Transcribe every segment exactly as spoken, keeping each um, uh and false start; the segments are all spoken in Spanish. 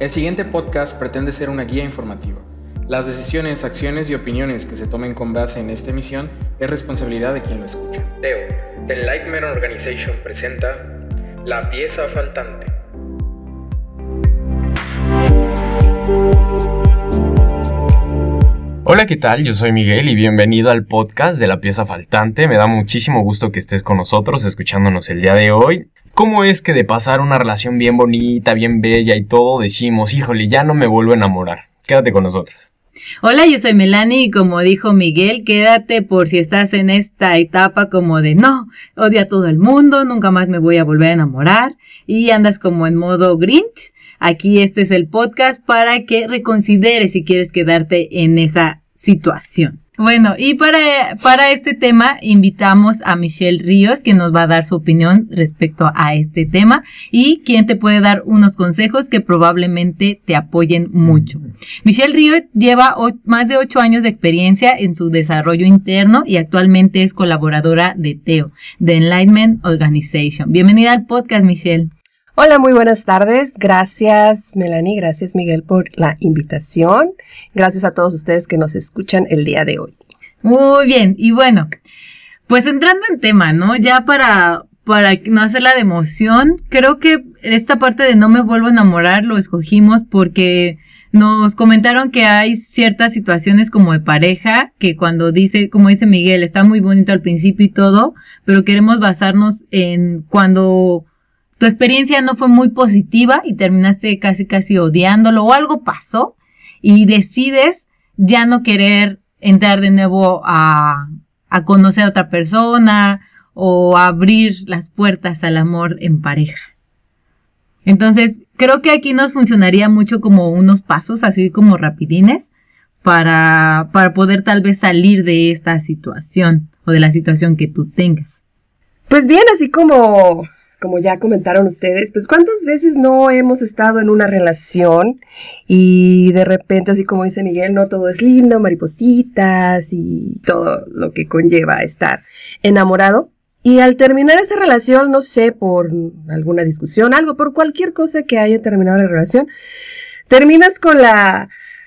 El siguiente podcast pretende ser una guía informativa. Las decisiones, acciones y opiniones que se tomen con base en esta emisión es responsabilidad de quien lo escucha. Teo, The Enlightenment Organization presenta La pieza faltante. Hola, ¿qué tal? Yo soy Miguel y bienvenido al podcast de La pieza faltante. Me da muchísimo gusto que estés con nosotros, escuchándonos el día de hoy. ¿Cómo es que de pasar una relación bien bonita, bien bella y todo, decimos, híjole, ya no me vuelvo a enamorar? Quédate con nosotros. Hola, yo soy Melanie y como dijo Miguel, quédate por si estás en esta etapa como de no, odio a todo el mundo, nunca más me voy a volver a enamorar y andas como en modo Grinch. Aquí este es el podcast para que reconsideres si quieres quedarte en esa situación. Bueno, y para, para este tema invitamos a Michelle Ríos, quien nos va a dar su opinión respecto a este tema y quien te puede dar unos consejos que probablemente te apoyen mucho. Michelle Ríos lleva o, más de ocho años de experiencia en su desarrollo interno y actualmente es colaboradora de Teo, The Enlightenment Organization. Bienvenida al podcast, Michelle. Hola, muy buenas tardes. Gracias, Melanie. Gracias, Miguel, por la invitación. Gracias a todos ustedes que nos escuchan el día de hoy. Muy bien. Y bueno, pues entrando en tema, ¿no? Ya para, para no hacerla de emoción, creo que esta parte de no me vuelvo a enamorar lo escogimos porque nos comentaron que hay ciertas situaciones como de pareja que cuando dice, como dice Miguel, está muy bonito al principio y todo, pero queremos basarnos en cuando tu experiencia no fue muy positiva y terminaste casi casi odiándolo o algo pasó y decides ya no querer entrar de nuevo a, a conocer a otra persona o a abrir las puertas al amor en pareja. Entonces, creo que aquí nos funcionaría mucho como unos pasos así como rapidines para, para poder tal vez salir de esta situación o de la situación que tú tengas. Pues bien, así como... Como ya comentaron ustedes, pues ¿cuántas veces no hemos estado en una relación y de repente, así como dice Miguel, no todo es lindo, maripositas y todo lo que conlleva estar enamorado? Y al terminar esa relación, no sé, por alguna discusión, algo, por cualquier cosa que haya terminado la relación, terminas con la,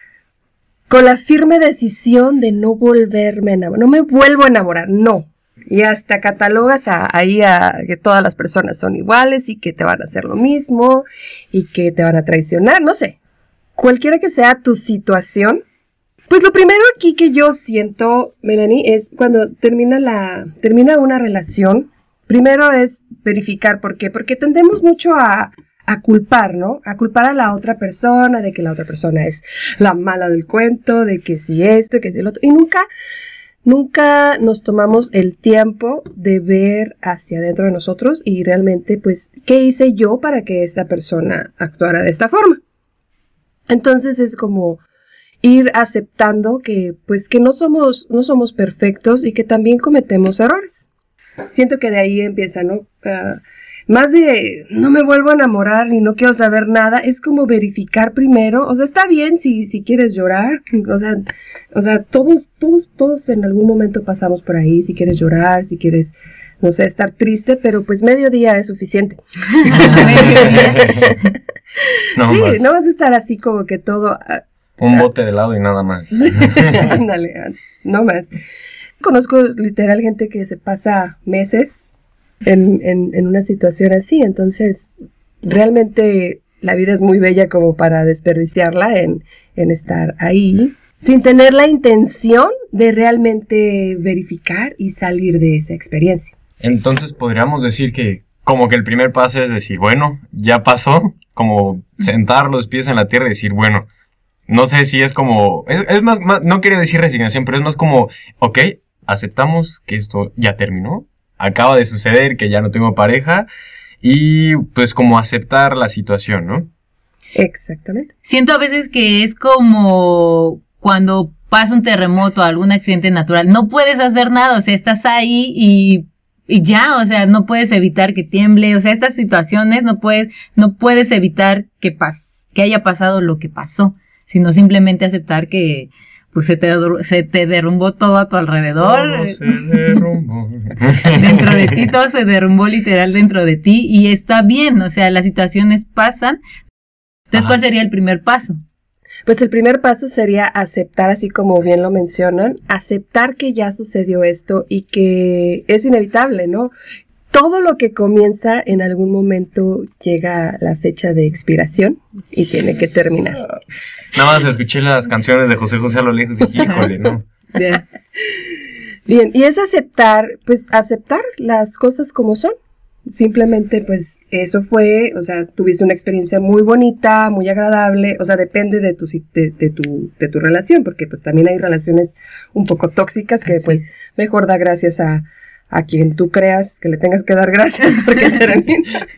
con la firme decisión de no volverme a enamorar, no me vuelvo a enamorar, no. Y hasta catalogas a, ahí a que todas las personas son iguales y que te van a hacer lo mismo y que te van a traicionar, no sé. Cualquiera que sea tu situación, pues lo primero aquí que yo siento, Melanie, es cuando termina la termina una relación, primero es verificar por qué, porque tendemos mucho a, a culpar, ¿no? A culpar a la otra persona, de que la otra persona es la mala del cuento, de que si esto, que si el otro, y nunca... Nunca nos tomamos el tiempo de ver hacia adentro de nosotros y realmente, pues, ¿qué hice yo para que esta persona actuara de esta forma? Entonces es como ir aceptando que, pues, que no somos, no somos perfectos y que también cometemos errores. Siento que de ahí empieza, ¿no? Uh, más de no me vuelvo a enamorar ni no quiero saber nada, es como verificar primero, o sea, está bien si, si quieres llorar, o sea, o sea, todos, todos, todos en algún momento pasamos por ahí, si quieres llorar, si quieres, no sé, estar triste, pero pues medio día es suficiente. no sí, más. No vas a estar así como que todo... Uh, Un bote de helado y nada más. Ándale, no más. Conozco literal gente que se pasa meses En, en, en una situación así, entonces realmente la vida es muy bella como para desperdiciarla en, en estar ahí sin tener la intención de realmente verificar y salir de esa experiencia. Entonces podríamos decir que como que el primer paso es decir, bueno, ya pasó, como sentar los pies en la tierra y decir, bueno, no sé si es como, es, es más, más, no quería decir resignación, pero es más como, ok, aceptamos que esto ya terminó, acaba de suceder, que ya no tengo pareja y pues como aceptar la situación, ¿no? Exactamente. Siento a veces que es como cuando pasa un terremoto o algún accidente natural, no puedes hacer nada, o sea, estás ahí y, y ya, o sea, no puedes evitar que tiemble, o sea, estas situaciones no puedes, no puedes evitar que pas, que haya pasado lo que pasó, sino simplemente aceptar que pues se te, se te derrumbó todo a tu alrededor. Todo se derrumbó. Dentro de ti, todo se derrumbó literal dentro de ti y está bien, o sea, las situaciones pasan. Entonces, Ajá. ¿cuál sería el primer paso? Pues el primer paso sería aceptar, así como bien lo mencionan, aceptar que ya sucedió esto y que es inevitable, ¿no? Todo lo que comienza en algún momento llega la fecha de expiración y tiene que terminar. Nada más escuché las canciones de José José a lo lejos y dije, híjole, ¿no? Ya. Bien, y es aceptar, pues aceptar las cosas como son. Simplemente, pues, eso fue, o sea, tuviste una experiencia muy bonita, muy agradable, o sea, depende de tu, de, de tu, de tu relación, porque pues también hay relaciones un poco tóxicas que Así pues es. mejor da gracias a, a quien tú creas que le tengas que dar gracias porque termina.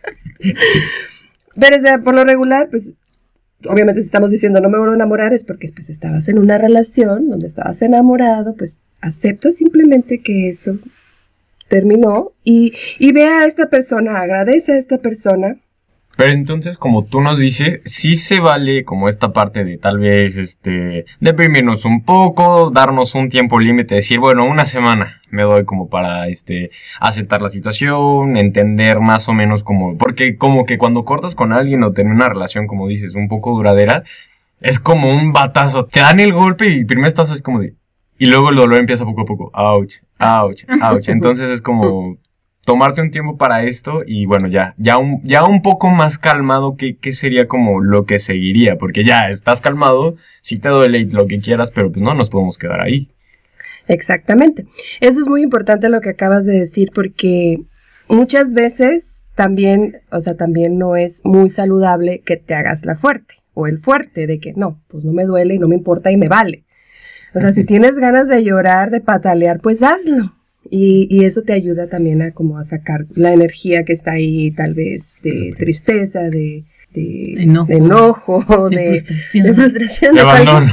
Pero, o sea, por lo regular, pues, obviamente si estamos diciendo no me vuelvo a enamorar es porque pues estabas en una relación donde estabas enamorado, pues acepta simplemente que eso terminó y, y ve a esta persona, agradece a esta persona. Pero entonces, como tú nos dices, sí se vale como esta parte de tal vez, este, deprimirnos un poco, darnos un tiempo límite, decir, bueno, una semana me doy como para, este, aceptar la situación, entender más o menos como, porque como que cuando cortas con alguien o terminas una relación, como dices, un poco duradera, es como un batazo, te dan el golpe y primero estás así como de, y luego el dolor empieza poco a poco, ouch, ouch, ouch, entonces es como tomarte un tiempo para esto y bueno, ya, ya un, ya un poco más calmado, ¿qué, qué sería como lo que seguiría? Porque ya estás calmado, sí te duele lo que quieras, pero pues no nos podemos quedar ahí. Exactamente. Eso es muy importante lo que acabas de decir porque muchas veces también, o sea, también no es muy saludable que te hagas la fuerte o el fuerte de que no, pues no me duele y no me importa y me vale. O sea, si tienes ganas de llorar, de patalear, pues hazlo. Y, y eso te ayuda también a como a sacar la energía que está ahí, tal vez de tristeza, de, de Enojo. de, enojo, De de, frustración. de frustración, Te de cualquier, abandono.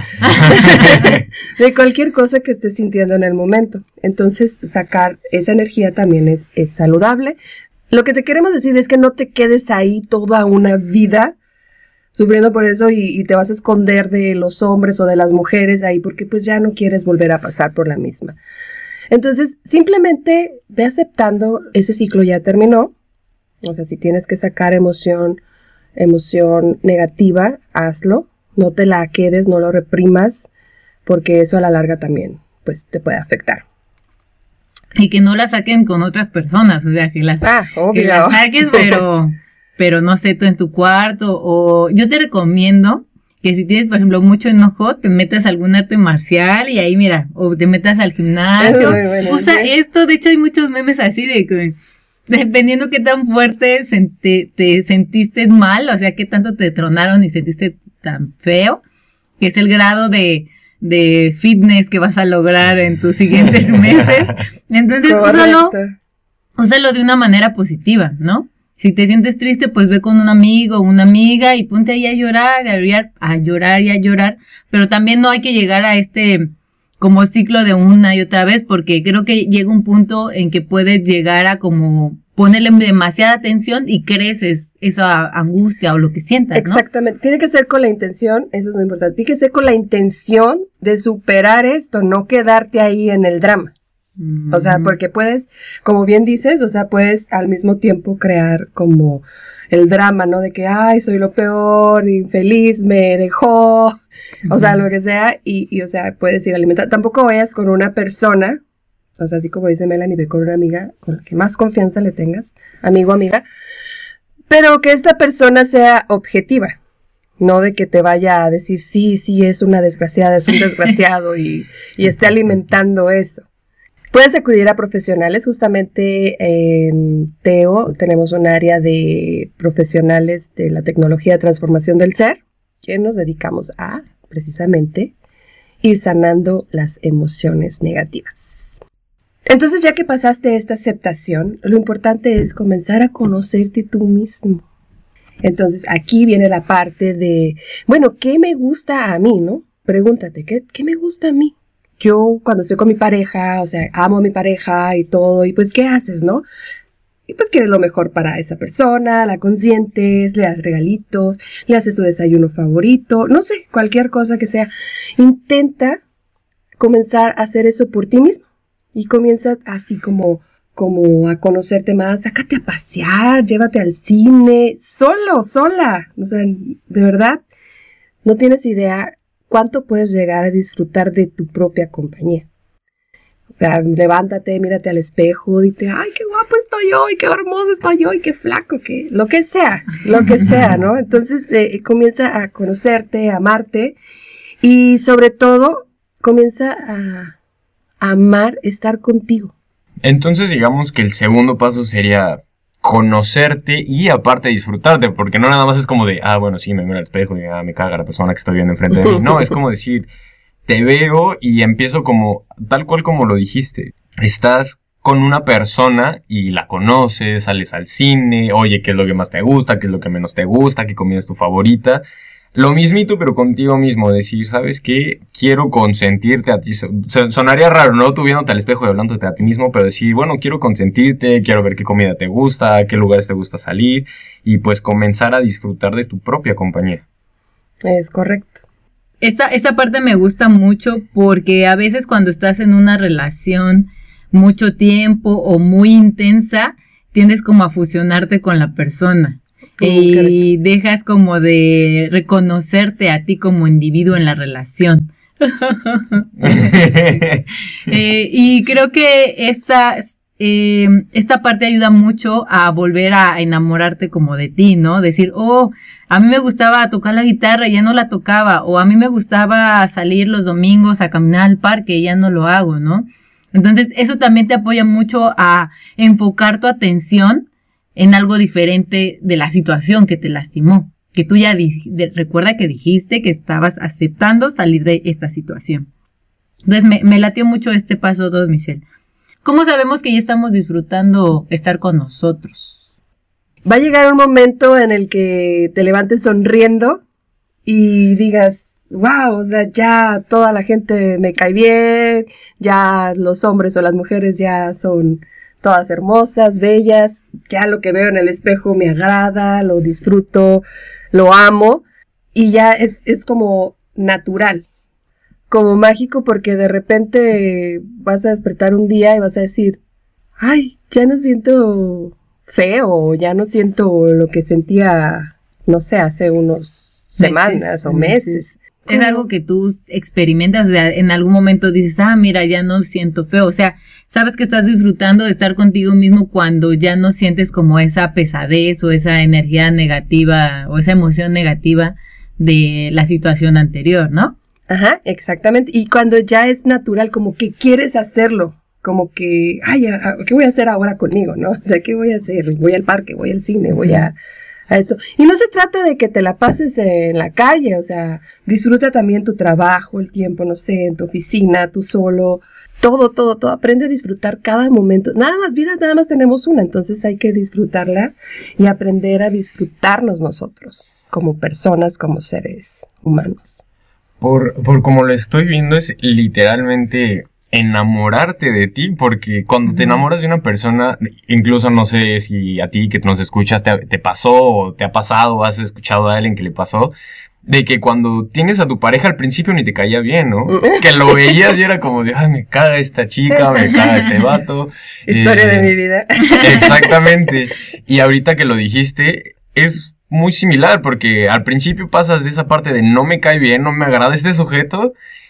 de cualquier cosa que estés sintiendo en el momento. Entonces, sacar esa energía también es, es saludable. Lo que te queremos decir es que no te quedes ahí toda una vida sufriendo por eso y, y te vas a esconder de los hombres o de las mujeres ahí porque pues ya no quieres volver a pasar por la misma. Entonces, simplemente ve aceptando, ese ciclo ya terminó. O sea, si tienes que sacar emoción, emoción negativa, hazlo. No te la quedes, no lo reprimas, porque eso a la larga también, pues, te puede afectar. Y que no la saquen con otras personas, o sea, que las, Ah, obvio. que las saques, pero, pero no sé, tú en tu cuarto, o yo te recomiendo que si tienes, por ejemplo, mucho enojo, te metas a algún arte marcial y ahí, mira, o te metas al gimnasio. Es muy buena Usa idea. esto, de hecho hay muchos memes así de que, dependiendo qué tan fuerte sen- te, te sentiste mal, o sea, qué tanto te tronaron y sentiste tan feo, que es el grado de, de fitness que vas a lograr en tus siguientes meses. Entonces, úsalo, Correcto. úsalo de una manera positiva, ¿no? Si te sientes triste, pues ve con un amigo o una amiga y ponte ahí a llorar, a llorar, a llorar y a llorar. Pero también no hay que llegar a este como ciclo de una y otra vez, porque creo que llega un punto en que puedes llegar a como ponerle demasiada atención y creces esa angustia o lo que sientas, ¿no? Exactamente. Tiene que ser con la intención, eso es muy importante. Tiene que ser con la intención de superar esto, no quedarte ahí en el drama. O sea, porque puedes, como bien dices, o sea, puedes al mismo tiempo crear como el drama, ¿no? De que, ay, soy lo peor, infeliz, me dejó, o sea, lo que sea, y, y o sea, puedes ir alimentando. Tampoco vayas con una persona, o sea, así como dice Melanie, ve con una amiga con la que más confianza le tengas, amigo, amiga, pero que esta persona sea objetiva. No de que te vaya a decir, sí, sí, es una desgraciada, es un desgraciado y, y esté alimentando eso. Puedes acudir a profesionales, justamente en Teo tenemos un área de profesionales de la tecnología de transformación del ser, que nos dedicamos a, precisamente, ir sanando las emociones negativas. Entonces, ya que pasaste esta aceptación, lo importante es comenzar a conocerte tú mismo. Entonces, aquí viene la parte de, bueno, ¿qué me gusta a mí, no? Pregúntate, ¿qué, qué me gusta a mí? Yo cuando estoy con mi pareja, o sea, amo a mi pareja y todo, y pues, ¿qué haces, no? Y pues quieres lo mejor para esa persona, la consientes, le das regalitos, le haces su desayuno favorito, no sé, cualquier cosa que sea. Intenta comenzar a hacer eso por ti mismo y comienza así como como a conocerte más, sácate a pasear, llévate al cine, solo, sola. O sea, de verdad, no tienes idea cuánto puedes llegar a disfrutar de tu propia compañía. O sea, levántate, mírate al espejo, dite, ay, qué guapo estoy hoy, qué hermoso estoy hoy, qué flaco, qué, lo que sea, lo que sea, ¿no? Entonces, eh, comienza a conocerte, a amarte y sobre todo, comienza a, a amar estar contigo. Entonces, digamos que el segundo paso sería conocerte y aparte disfrutarte, porque no nada más es como de, ah, bueno, sí, me miro al espejo y ah, me caga la persona que está viendo enfrente de mí. No, es como decir, te veo y empiezo como, tal cual como lo dijiste, estás con una persona y la conoces, sales al cine, oye, ¿qué es lo que más te gusta? ¿Qué es lo que menos te gusta? ¿Qué comida es tu favorita? Lo mismito, pero contigo mismo, decir, ¿sabes qué? Quiero consentirte a ti. Sonaría raro, ¿no? Tú viéndote al espejo y hablándote a ti mismo, pero decir, bueno, quiero consentirte, quiero ver qué comida te gusta, a qué lugares te gusta salir, y pues comenzar a disfrutar de tu propia compañía. Es correcto. Esta, esta parte me gusta mucho porque a veces cuando estás en una relación mucho tiempo o muy intensa, tiendes como a fusionarte con la persona. Y dejas como de reconocerte a ti como individuo en la relación. eh, y creo que esta, eh, esta parte ayuda mucho a volver a enamorarte como de ti, ¿no? Decir, oh, a mí me gustaba tocar la guitarra y ya no la tocaba. O a mí me gustaba salir los domingos a caminar al parque y ya no lo hago, ¿no? Entonces eso también te apoya mucho a enfocar tu atención en algo diferente de la situación que te lastimó, que tú ya di- de, recuerda que dijiste que estabas aceptando salir de esta situación. Entonces me, me latió mucho este paso dos, Michelle. ¿Cómo sabemos que ya estamos disfrutando estar con nosotros? Va a llegar un momento en el que te levantes sonriendo y digas, wow, o sea, ya toda la gente me cae bien, ya los hombres o las mujeres ya son todas hermosas, bellas, ya lo que veo en el espejo me agrada, lo disfruto, lo amo, y ya es, es como natural, como mágico, porque de repente vas a despertar un día y vas a decir, ay, ya no siento feo, ya no siento lo que sentía, no sé, hace unos semanas meses, o meses. meses. Es algo que tú experimentas, o sea, en algún momento dices, ah, mira, ya no siento feo, o sea, sabes que estás disfrutando de estar contigo mismo cuando ya no sientes como esa pesadez o esa energía negativa o esa emoción negativa de la situación anterior, ¿no? Ajá, exactamente, y cuando ya es natural, como que quieres hacerlo, como que, ay, ¿qué voy a hacer ahora conmigo, no? O sea, ¿qué voy a hacer? Voy al parque, voy al cine, voy a... a esto. Y no se trata de que te la pases en la calle, o sea, disfruta también tu trabajo, el tiempo, no sé, en tu oficina, tú solo, todo, todo, todo. Aprende a disfrutar cada momento. Nada más, vida, nada más tenemos una, entonces hay que disfrutarla y aprender a disfrutarnos nosotros, como personas, como seres humanos. Por, por como lo estoy viendo, es literalmente enamorarte de ti, porque cuando te enamoras de una persona, incluso no sé si a ti que nos escuchas te, te pasó o te ha pasado o has escuchado a alguien que le pasó, de que cuando tienes a tu pareja al principio ni te caía bien, ¿no? Que lo veías y era como de, ay, me caga esta chica, me caga este vato. Historia eh, de mi vida. Exactamente. Y ahorita que lo dijiste, es muy similar, porque al principio pasas de esa parte de no me cae bien, no me agrada este sujeto,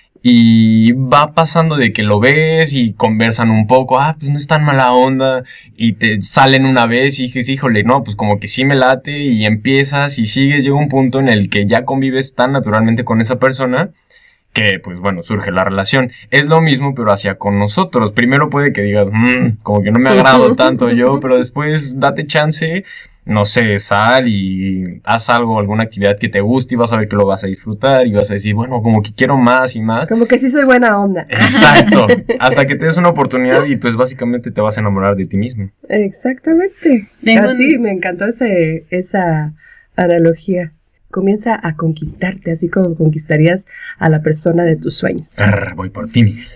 y va pasando de que lo ves y conversan un poco, ah, pues no es tan mala onda, y te salen una vez y dices, híjole, no, pues como que sí me late, y empiezas y sigues, llega un punto en el que ya convives tan naturalmente con esa persona, que pues bueno, surge la relación. Es lo mismo, pero hacia con nosotros. Primero puede que digas, mmm, como que no me agrado tanto yo, pero después date chance, no sé, sal y haz algo, alguna actividad que te guste y vas a ver que lo vas a disfrutar y vas a decir, bueno, como que quiero más y más. Como que sí soy buena onda. Exacto, hasta que te des una oportunidad y pues básicamente te vas a enamorar de ti mismo. Exactamente. Tengo Así, un... me encantó ese, esa analogía. Comienza a conquistarte, así como conquistarías a la persona de tus sueños. Arr, voy por ti, Miguel.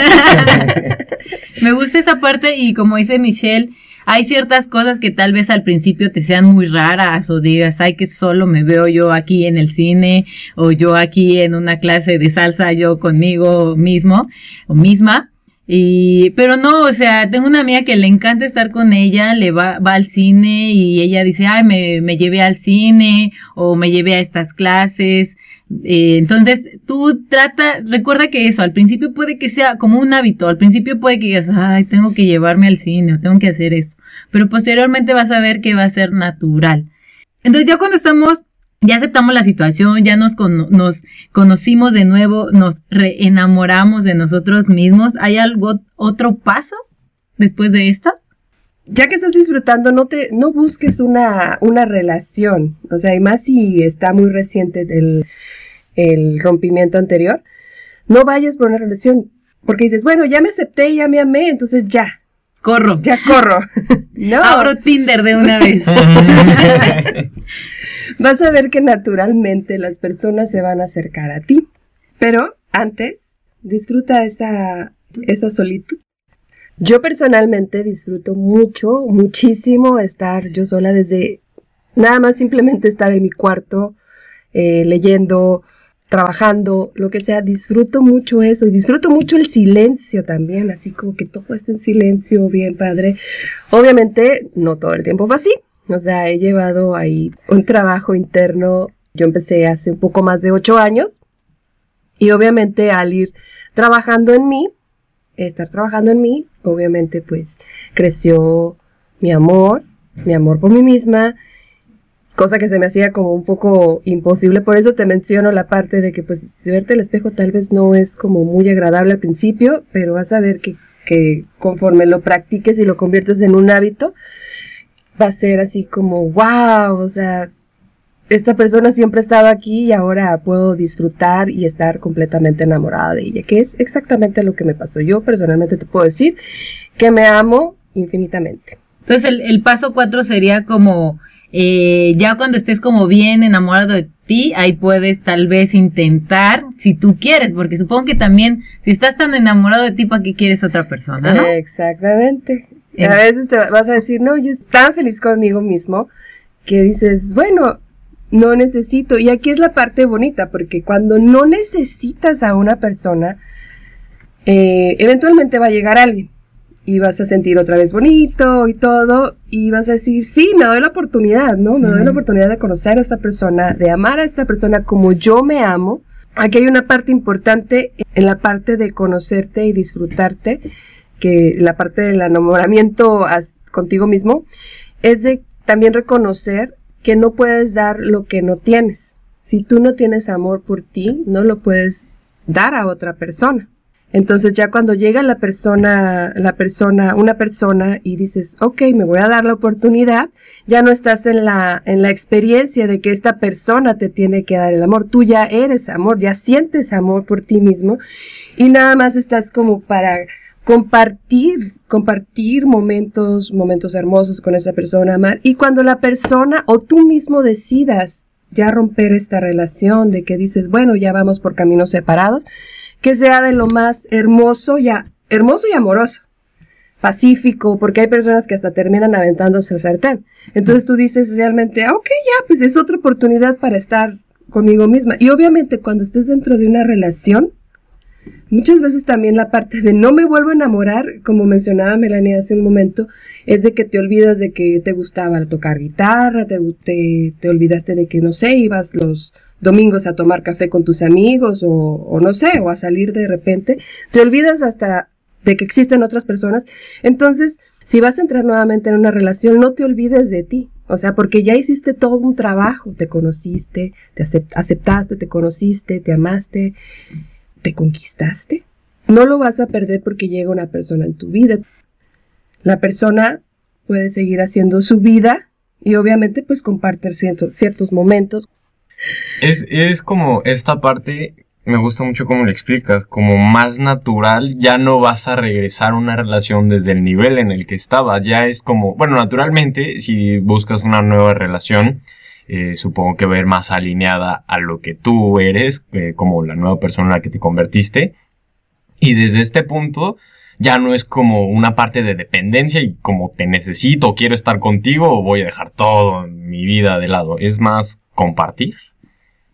Me gusta esa parte y como dice Michelle, hay ciertas cosas que tal vez al principio te sean muy raras o digas, ay, que solo me veo yo aquí en el cine o yo aquí en una clase de salsa yo conmigo mismo o misma. Y, pero no, o sea, tengo una amiga que le encanta estar con ella, le va, va al cine y ella dice, ay, me, me llevé al cine o me llevé a estas clases. Eh, entonces, tú trata, recuerda que eso, al principio puede que sea como un hábito, al principio puede que digas, ay, tengo que llevarme al cine o tengo que hacer eso, pero posteriormente vas a ver que va a ser natural. Entonces, ya cuando estamos, ya aceptamos la situación, ya nos, cono- nos conocimos de nuevo, nos reenamoramos de nosotros mismos, ¿hay algo, otro paso después de esto? Ya que estás disfrutando, no te, no busques una, una relación, o sea, y más si está muy reciente el, el rompimiento anterior, no vayas por una relación, porque dices, bueno, ya me acepté, ya me amé, entonces ya, Corro. ya corro. No. Abro Tinder de una vez. Vas a ver que naturalmente las personas se van a acercar a ti, pero antes, disfruta esa, esa solitud. Yo personalmente disfruto mucho, muchísimo estar yo sola desde nada más simplemente estar en mi cuarto, eh, leyendo, trabajando, lo que sea. Disfruto mucho eso y disfruto mucho el silencio también, así como que todo está en silencio, bien padre. Obviamente no todo el tiempo fue así, o sea, he llevado ahí un trabajo interno. Yo empecé hace un poco más de ocho años y obviamente al ir trabajando en mí, estar trabajando en mí, obviamente pues creció mi amor, mi amor por mí misma, cosa que se me hacía como un poco imposible. Por eso te menciono la parte de que pues verte al espejo tal vez no es como muy agradable al principio, pero vas a ver que, que conforme lo practiques y lo conviertes en un hábito, va a ser así como wow, o sea, esta persona siempre ha estado aquí y ahora puedo disfrutar y estar completamente enamorada de ella, que es exactamente lo que me pasó. Yo personalmente te puedo decir que me amo infinitamente. Entonces el, el paso cuatro sería como, eh, ya cuando estés como bien enamorado de ti, ahí puedes tal vez intentar, si tú quieres, porque supongo que también, si estás tan enamorado de ti, ¿para qué quieres otra persona, no? Exactamente. Eh. A veces te vas a decir, no, yo estoy tan feliz conmigo mismo, que dices, bueno, no necesito. Y aquí es la parte bonita, porque cuando no necesitas a una persona, eh, eventualmente va a llegar alguien y vas a sentir otra vez bonito y todo, y vas a decir, sí, me doy la oportunidad, ¿no? Me uh-huh. doy la oportunidad de conocer a esta persona, de amar a esta persona como yo me amo. Aquí hay una parte importante en la parte de conocerte y disfrutarte, que la parte del enamoramiento a, contigo mismo, es de también reconocer que no puedes dar lo que no tienes. Si tú no tienes amor por ti, no lo puedes dar a otra persona. Entonces ya cuando llega la persona, la persona, una persona y dices, ok, me voy a dar la oportunidad, ya no estás en la, en la experiencia de que esta persona te tiene que dar el amor. Tú ya eres amor, ya sientes amor por ti mismo y nada más estás como para compartir, compartir momentos, momentos hermosos con esa persona, amar. Y cuando la persona o tú mismo decidas ya romper esta relación de que dices, bueno, ya vamos por caminos separados, que sea de lo más hermoso, ya, hermoso y amoroso, pacífico, porque hay personas que hasta terminan aventándose el sartén. Entonces tú dices realmente, ok, ya, pues es otra oportunidad para estar conmigo misma. Y obviamente cuando estés dentro de una relación, muchas veces también la parte de no me vuelvo a enamorar, como mencionaba Melanie hace un momento, es de que te olvidas de que te gustaba tocar guitarra, te, te, te olvidaste de que, no sé, ibas los domingos a tomar café con tus amigos o, o no sé, o a salir de repente. Te olvidas hasta de que existen otras personas. Entonces, si vas a entrar nuevamente en una relación, no te olvides de ti. O sea, porque ya hiciste todo un trabajo, te conociste, te acept- aceptaste, te conociste, te amaste, te conquistaste. No lo vas a perder porque llega una persona en tu vida. La persona puede seguir haciendo su vida y obviamente pues compartir ciertos, ciertos momentos. Es, es como esta parte, me gusta mucho cómo lo explicas, como más natural. Ya no vas a regresar a una relación desde el nivel en el que estaba. Ya es como, bueno, naturalmente, si buscas una nueva relación, Eh, supongo que va a ir más alineada a lo que tú eres, eh, como la nueva persona en la que te convertiste. Y desde este punto ya no es como una parte de dependencia y como te necesito o quiero estar contigo o voy a dejar todo en mi vida de lado. Es más compartir.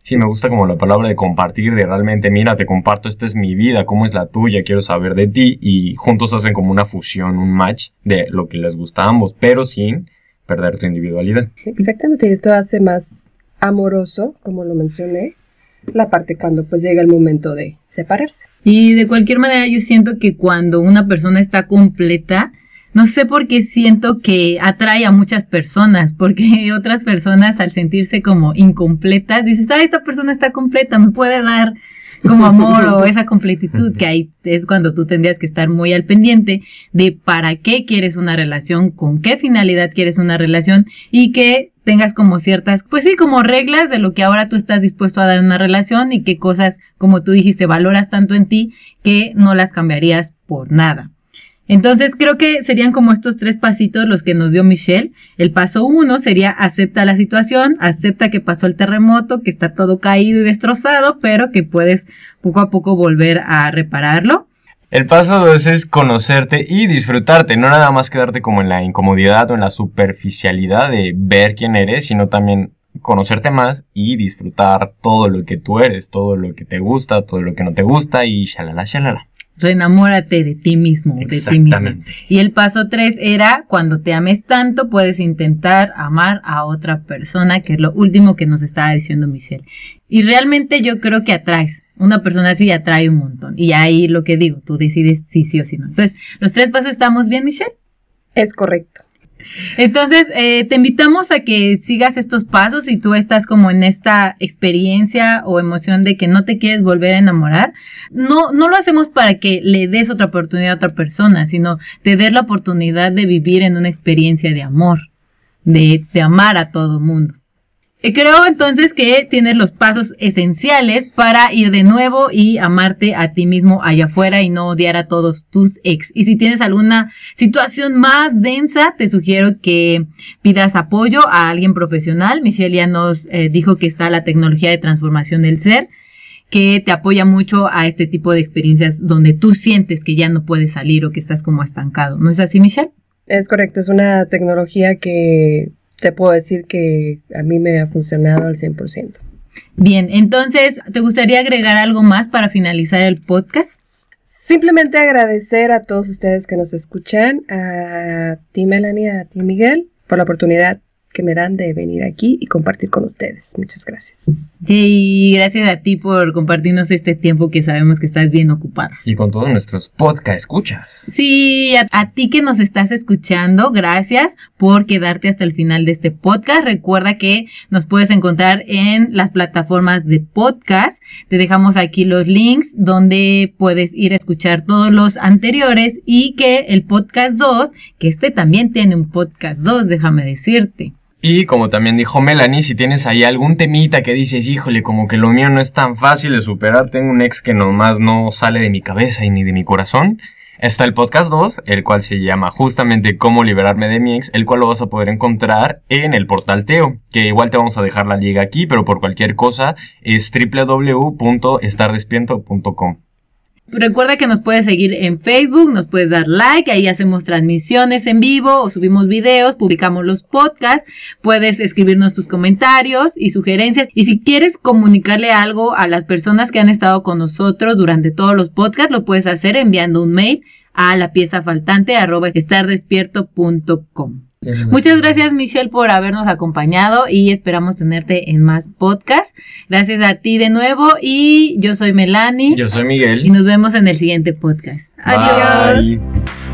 Sí, me gusta como la palabra de compartir, de realmente, mira, te comparto, esta es mi vida, cómo es la tuya, quiero saber de ti, y juntos hacen como una fusión, un match de lo que les gusta a ambos, pero sin perder tu individualidad. Exactamente, y esto hace más amoroso, como lo mencioné, la parte cuando pues llega el momento de separarse. Y de cualquier manera yo siento que cuando una persona está completa, no sé por qué siento que atrae a muchas personas, porque otras personas al sentirse como incompletas, dices, ah, esta persona está completa, me puede dar como amor o esa completitud, que ahí es cuando tú tendrías que estar muy al pendiente de para qué quieres una relación, con qué finalidad quieres una relación y que tengas como ciertas, pues sí, como reglas de lo que ahora tú estás dispuesto a dar en una relación y qué cosas, como tú dijiste, valoras tanto en ti que no las cambiarías por nada. Entonces creo que serían como estos tres pasitos los que nos dio Michelle. El paso uno sería acepta la situación, acepta que pasó el terremoto, que está todo caído y destrozado, pero que puedes poco a poco volver a repararlo. El paso dos es conocerte y disfrutarte, no nada más quedarte como en la incomodidad o en la superficialidad de ver quién eres, sino también conocerte más y disfrutar todo lo que tú eres, todo lo que te gusta, todo lo que no te gusta y shalala, shalala. Reenamórate de ti mismo, de ti misma. Y el paso tres era, cuando te ames tanto, puedes intentar amar a otra persona, que es lo último que nos estaba diciendo Michelle. Y realmente yo creo que atraes. Una persona así atrae un montón. Y ahí lo que digo, tú decides si sí o si no. Entonces, ¿los tres pasos estamos bien, Michelle? Es correcto. Entonces, eh, te invitamos a que sigas estos pasos si tú estás como en esta experiencia o emoción de que no te quieres volver a enamorar. No, no lo hacemos para que le des otra oportunidad a otra persona, sino te des la oportunidad de vivir en una experiencia de amor, de, de amar a todo mundo. Creo entonces que tienes los pasos esenciales para ir de nuevo y amarte a ti mismo allá afuera y no odiar a todos tus ex. Y si tienes alguna situación más densa, te sugiero que pidas apoyo a alguien profesional. Michelle ya nos eh, dijo que está la tecnología de transformación del ser, que te apoya mucho a este tipo de experiencias donde tú sientes que ya no puedes salir o que estás como estancado. ¿No es así, Michelle? Es correcto, es una tecnología que te puedo decir que a mí me ha funcionado al cien por ciento. Bien, entonces, ¿te gustaría agregar algo más para finalizar el podcast? Simplemente agradecer a todos ustedes que nos escuchan, a ti Melanie, a ti Miguel, por la oportunidad que me dan de venir aquí y compartir con ustedes. Muchas gracias. Y gracias a ti por compartirnos este tiempo que sabemos que estás bien ocupada. Y con todos nuestros podcast escuchas. Sí, a, a ti que nos estás escuchando, gracias por quedarte hasta el final de este podcast. Recuerda que nos puedes encontrar en las plataformas de podcast. Te dejamos aquí los links donde puedes ir a escuchar todos los anteriores y que el podcast dos, que este también tiene un podcast dos, déjame decirte. Y como también dijo Melanie, si tienes ahí algún temita que dices, híjole, como que lo mío no es tan fácil de superar, tengo un ex que nomás no sale de mi cabeza y ni de mi corazón, está el podcast dos, el cual se llama justamente Cómo liberarme de mi ex, el cual lo vas a poder encontrar en el portal Teo, que igual te vamos a dejar la liga aquí, pero por cualquier cosa es doble u doble u doble u punto estar despierto punto com. Recuerda que nos puedes seguir en Facebook, nos puedes dar like, ahí hacemos transmisiones en vivo o subimos videos, publicamos los podcasts, puedes escribirnos tus comentarios y sugerencias y si quieres comunicarle algo a las personas que han estado con nosotros durante todos los podcasts, lo puedes hacer enviando un mail a la pieza faltante arroba estar despierto punto com. Muchas gracias, Michelle, por habernos acompañado y esperamos tenerte en más podcasts. Gracias a ti de nuevo y yo soy Melanie. Yo soy Miguel. Y nos vemos en el siguiente podcast. Bye. Adiós.